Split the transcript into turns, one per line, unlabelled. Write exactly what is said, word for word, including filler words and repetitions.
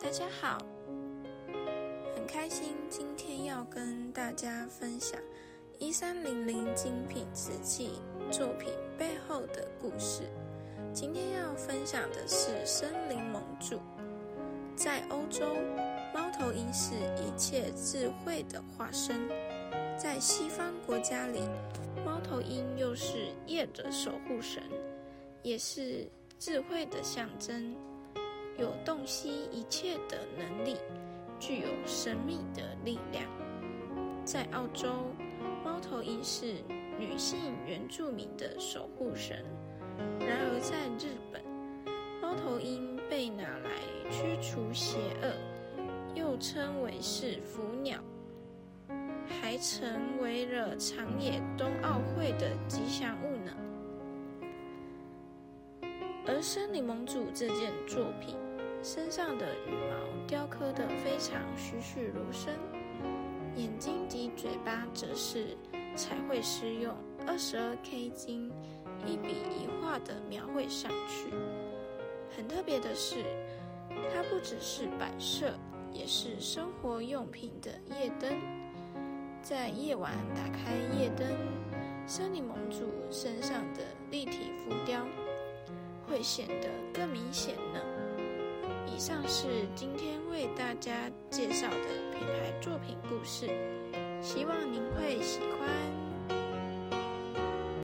大家好，很开心今天要跟大家分享一三零零精品瓷器作品背后的故事。今天要分享的是森林盟主。在欧洲，猫头鹰是一切智慧的化身，在西方国家里，猫头鹰又是夜的守护神，也是智慧的象征，有洞悉一切的能力，具有神秘的力量。在澳洲，猫头鹰是女性原住民的守护神，然而在日本，猫头鹰被拿来驱除邪恶，又称为是福鸟，还成为了长野冬奥会的吉祥物呢。而森林盟主这件作品身上的羽毛雕刻得非常栩栩如生，眼睛及嘴巴则是彩绘师用 二十二K 金一笔一画的描绘上去。很特别的是，它不只是摆设，也是生活用品的夜灯。在夜晚打开夜灯，森林盟主身上的立体浮雕会显得更明显呢。以上是今天为大家介绍的品牌作品故事，希望您会喜欢。